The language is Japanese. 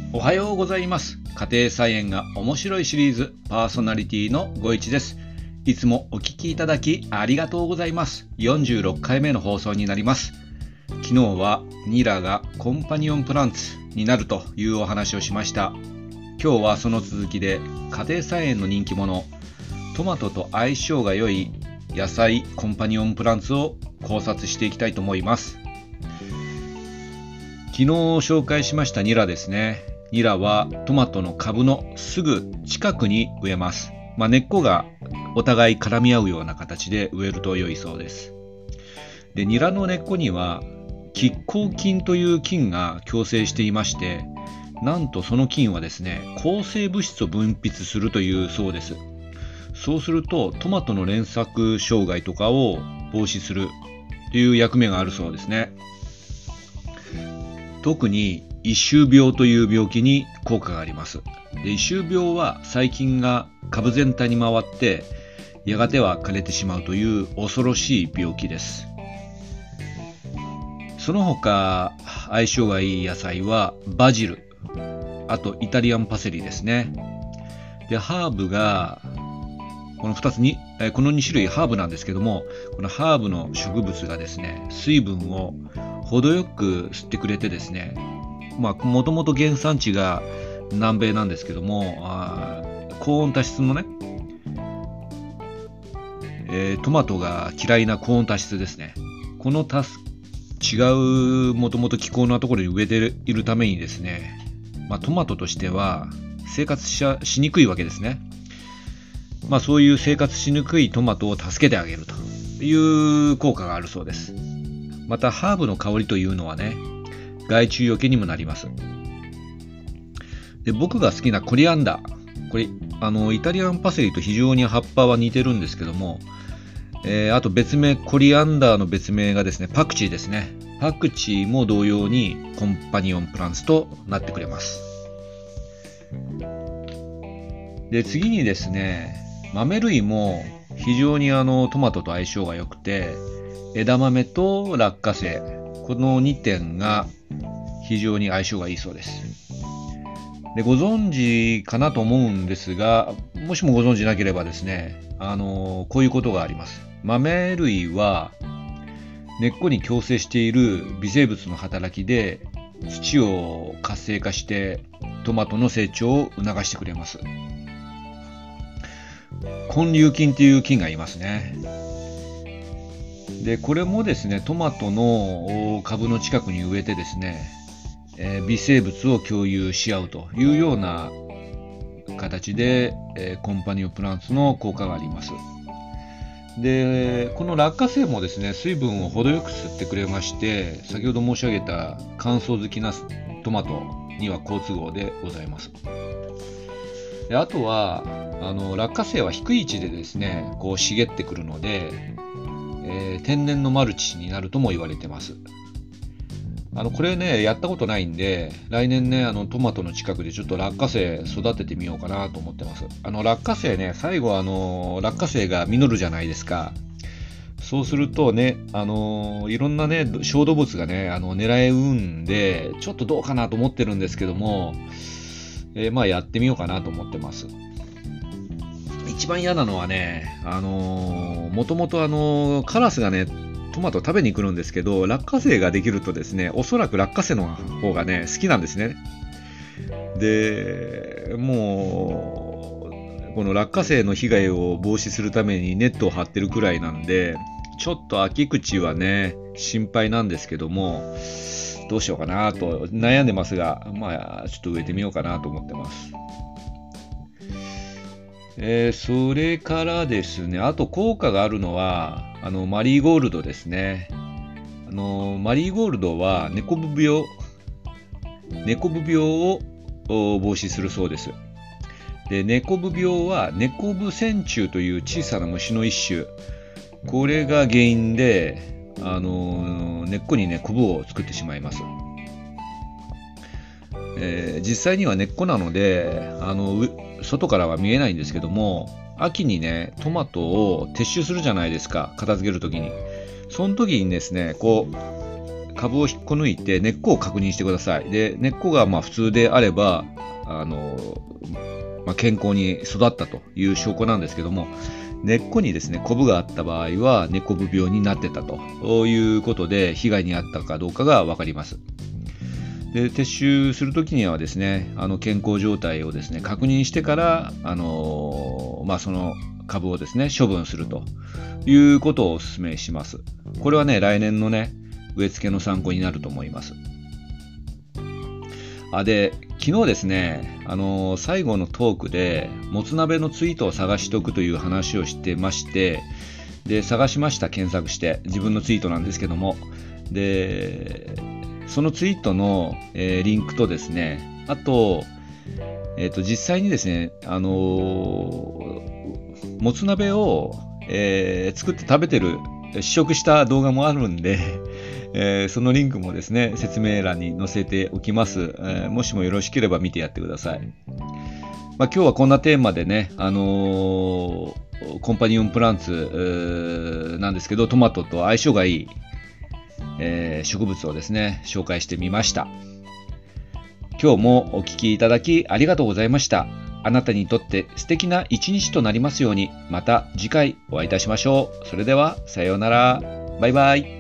おはようございます。家庭菜園が面白いシリーズパーソナリティのごいちです。いつもお聞きいただきありがとうございます。46回目の放送になります。昨日はニラがコンパニオンプランツになるというお話をしました。今日はその続きで家庭菜園の人気者トマトと相性が良い野菜コンパニオンプランツを考察していきたいと思います。昨日紹介しましたニラですね。ニラはトマトの株のすぐ近くに植えます。根っこがお互い絡み合うような形で植えると良いそうです。で、ニラの根っこには亀甲菌という菌が共生していまして、なんとその菌はですね、抗生物質を分泌するというそうです。そうするとトマトの連作障害とかを防止するという役目があるそうですね。特に異臭病という病気に効果があります。で、異臭病は細菌が株全体に回ってやがては枯れてしまうという恐ろしい病気です。その他相性がいい野菜はバジル、あとイタリアンパセリですね。で、ハーブがこの2つにこの2種類ハーブなんですけども、このハーブの植物がですね、水分を程よく吸ってくれてですね、もともと原産地が南米なんですけども、高温多湿のね、トマトが嫌いな高温多湿ですね。この違うもともと気候なところに植えているためにですね、トマトとしては生活しにくいわけですね。そういう生活しにくいトマトを助けてあげるという効果があるそうです。またハーブの香りというのはね、害虫よけにもなります。で、僕が好きなコリアンダー、これイタリアンパセリと非常に葉っぱは似てるんですけども、あと別名コリアンダーの別名がですね、パクチーですね。パクチーも同様にコンパニオンプランツとなってくれます。で、次にですね、豆類も非常にトマトと相性が良くて、枝豆と落花生、この2点が非常に相性がいいそうです。で、ご存知かなと思うんですが、もしもご存知なければですね、こういうことがあります。豆類は根っこに共生している微生物の働きで土を活性化してトマトの成長を促してくれます。根粒菌という菌がいますね。で、これもですね、トマトの株の近くに植えてですね、微生物を共有し合うというような形で、コンパニオンプランツの効果があります。で、この落花生もですね、水分を程よく吸ってくれまして、先ほど申し上げた乾燥好きなトマトには好都合でございます。で、あとは落花生は低い位置でですね、こう茂ってくるので、天然のマルチになるとも言われてます。これね、やったことないんで、来年ね、トマトの近くでちょっと落花生育ててみようかなと思ってます。落花生ね、最後落花生が実るじゃないですか。そうするとね、いろんなね、小動物がね、狙うんで、ちょっとどうかなと思ってるんですけども、やってみようかなと思ってます。一番嫌なのはね、もともとカラスがね、トマトを食べに来るんですけど、落花生ができるとですね、おそらく落花生の方がね、好きなんですね。で、もう、この落花生の被害を防止するためにネットを張ってるくらいなんで、ちょっと秋口はね、心配なんですけども、どうしようかなと悩んでますが、ちょっと植えてみようかなと思ってます。それからですね、あと効果があるのは、マリーゴールドですね。マリーゴールドはネコブ病を防止するそうです。で、ネコブ病はネコブ線虫という小さな虫の一種。これが原因で、根っこにね、コブを作ってしまいます。実際には根っこなので外からは見えないんですけども、秋にねトマトを撤収するじゃないですか、片付けるときに。その時にですね、こう株を引っこ抜いて根っこを確認してください。で、根っこが普通であれば、健康に育ったという証拠なんですけども、根っこにですね、コブがあった場合は根こぶ病になってたということで、被害に遭ったかどうかが分かります。で、撤収するときにはですね、健康状態をですね、確認してから、その株をですね、処分するということをお勧めします。これはね、来年のね、植え付けの参考になると思います。で、昨日ですね、最後のトークで、もつ鍋のツイートを探しておくという話をしてまして、で、探しました、検索して。自分のツイートなんですけども。で、そのツイートの、リンクとですね、あと、実際にですね、もつ鍋を、作って食べてる、試食した動画もあるんで、そのリンクもですね、説明欄に載せておきます。もしもよろしければ見てやってください。今日はこんなテーマでね、コンパニオンプランツなんですけど、トマトと相性がいい、植物をですね、紹介してみました。今日もお聞きいただきありがとうございました。あなたにとって素敵な一日となりますように、また次回お会いいたしましょう。それでは、さようなら。バイバイ。